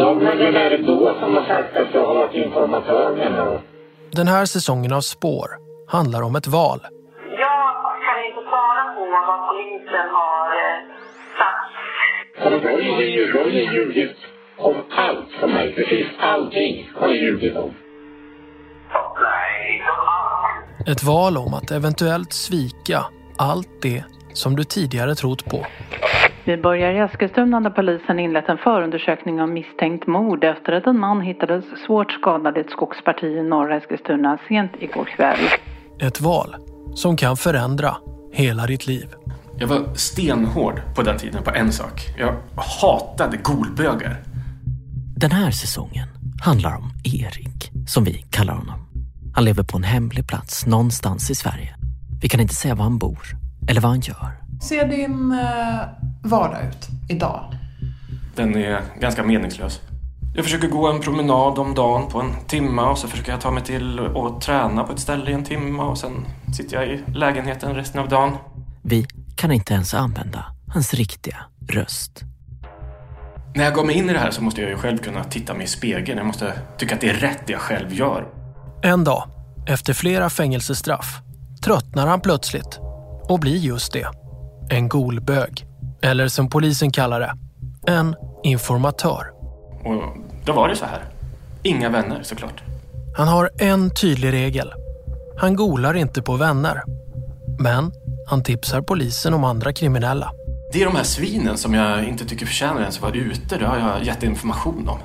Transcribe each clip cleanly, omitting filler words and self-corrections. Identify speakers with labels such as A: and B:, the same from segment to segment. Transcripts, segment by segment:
A: Ja, men det är då som har sagt att jag har varit informatör.
B: Den här säsongen av Spår handlar om ett val.
C: Jag kan inte svara på vad polisen har sagt.
A: Och då är ju ljugit om allt för mig. Precis allting har jag ljugit om.
C: Nej, allt.
B: Ett val om att eventuellt svika allt det som du tidigare trott på.
D: Vi börjar i Eskilstuna där polisen inlett en förundersökning om misstänkt mord efter att en man hittades svårt skadad i ett skogsparti i norra Eskilstuna sent igår kväll.
B: Ett val som kan förändra hela ditt liv.
E: Jag var stenhård på den tiden på en sak. Jag hatade golbögar.
F: Den här säsongen handlar om Erik, som vi kallar honom. Han lever på en hemlig plats någonstans i Sverige. Vi kan inte säga var han bor eller vad han gör.
G: Ser din vardag ut idag?
E: Den är ganska meningslös. Jag försöker gå en promenad om dagen på en timme och så försöker jag ta mig till och träna på ett ställe i en timme och sen sitter jag i lägenheten resten av dagen.
F: Vi kan inte ens använda hans riktiga röst.
E: När jag går mig in i det här så måste jag ju själv kunna titta mig i spegeln. Jag måste tycka att det är rätt det jag själv gör.
B: En dag, efter flera fängelsestraff, tröttnar han plötsligt och blir just det. En golbög. Eller som polisen kallar det, en informatör.
E: Och då var det så här. Inga vänner såklart.
B: Han har en tydlig regel. Han golar inte på vänner. Men han tipsar polisen om andra kriminella.
E: Det är de här svinen som jag inte tycker förtjänar ens att vara ute. Det har jag gett information om.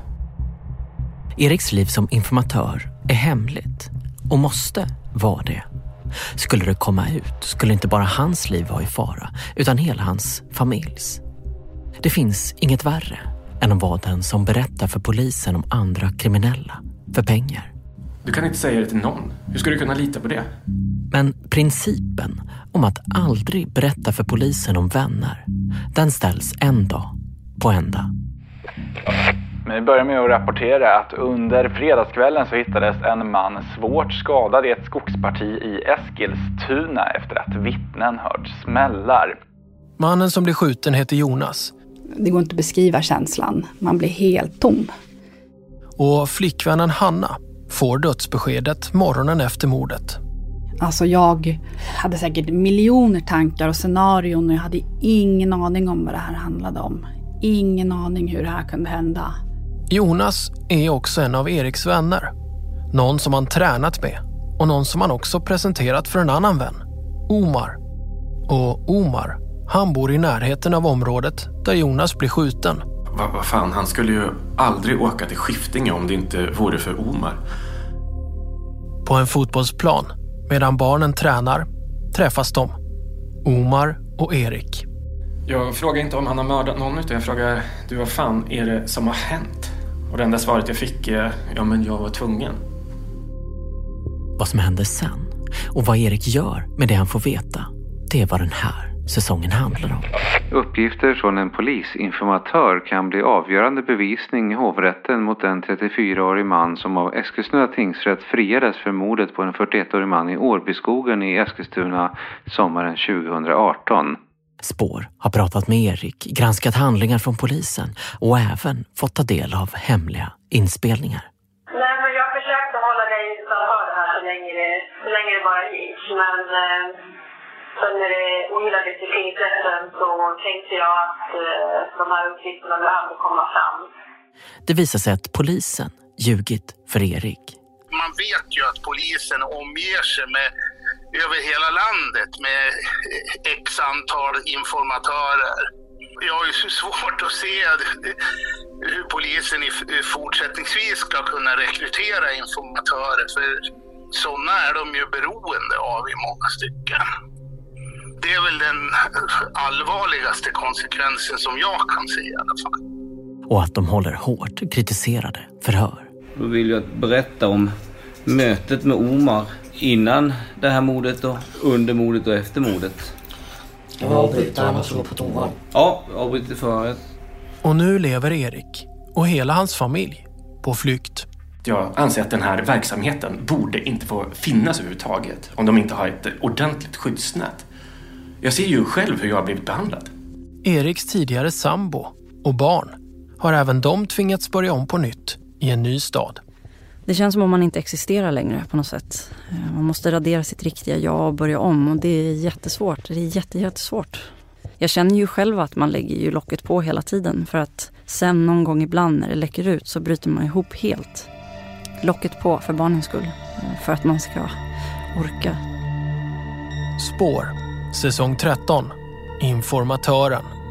F: Eriks liv som informatör är hemligt och måste vara det. Skulle det komma ut skulle inte bara hans liv vara i fara utan hela hans familjs. Det finns inget värre än att vara den som berättar för polisen om andra kriminella för pengar.
E: Du kan inte säga det till någon. Hur ska du kunna lita på det?
F: Men principen om att aldrig berätta för polisen om vänner, den ställs en dag på ända.
H: Men vi börjar med att rapportera att under fredagskvällen så hittades en man svårt skadad i ett skogsparti i Eskilstuna efter att vittnen hört smällar.
B: Mannen som blir skjuten heter Jonas.
I: Det går inte att beskriva känslan. Man blir helt tom.
B: Och flickvännen Hanna får dödsbeskedet morgonen efter mordet.
I: Alltså jag hade säkert miljoner tankar och scenarion och jag hade ingen aning om vad det här handlade om. Ingen aning hur det här kunde hända.
B: Jonas är också en av Eriks vänner. Någon som han tränat med och någon som han också presenterat för en annan vän, Omar. Och Omar, han bor i närheten av området där Jonas blir skjuten.
E: Vad fan, han skulle ju aldrig åka till Skiftinge om det inte vore för Omar.
B: På en fotbollsplan, medan barnen tränar, träffas de. Omar och Erik.
E: Jag frågar inte om han har mördat någon utan jag frågar, du vad fan är det som har hänt? Och det enda svaret jag fick är, ja men jag var tvungen.
F: Vad som händer sen och vad Erik gör med det han får veta, det är vad den här säsongen handlar om.
J: Uppgifter från en polisinformatör kan bli avgörande bevisning i hovrätten mot en 34-årig man som av Eskilstuna tingsrätt friades för mordet på en 41-årig man i Årbyskogen i Eskilstuna sommaren 2018.
F: Spår har pratat med Erik, granskat handlingar från polisen och även fått ta del av hemliga inspelningar.
C: Nej, men jag försökte hålla dig utanför det här så länge det bara gick. Men sen när det ogillades i tingsrätten så tänkte jag att de här uppgifterna behövde komma fram.
F: Det visar sig att polisen ljugit för Erik.
K: Man vet ju att polisen omger sig med över hela landet med x antal informatörer. Jag har ju så svårt att se hur polisen fortsättningsvis ska kunna rekrytera informatörer, för sådana är de ju beroende av i många stycken. Det är väl den allvarligaste konsekvensen som jag kan se i alla fall.
F: Och att de håller hårt kritiserade förhör.
L: Då vill jag berätta om mötet med Omar innan det här mordet och under mordet och efter mordet.
A: Jag var avbrytt när man slog på toan.
L: Ja, avbrytt förhöret.
B: Och nu lever Erik och hela hans familj på flykt.
E: Jag anser att den här verksamheten borde inte få finnas överhuvudtaget om de inte har ett ordentligt skyddsnät. Jag ser ju själv hur jag har blivit behandlad.
B: Eriks tidigare sambo och barn har även de tvingats börja om på nytt i en ny stad.
M: Det känns som om man inte existerar längre på något sätt. Man måste radera sitt riktiga jag och börja om, och det är jättesvårt. Det är jättesvårt. Jag känner ju själv att man lägger ju locket på hela tiden, för att sen någon gång ibland när det läcker ut så bryter man ihop helt. Locket på för barnens skull, för att man ska orka.
B: Spår, säsong 13, Informatören.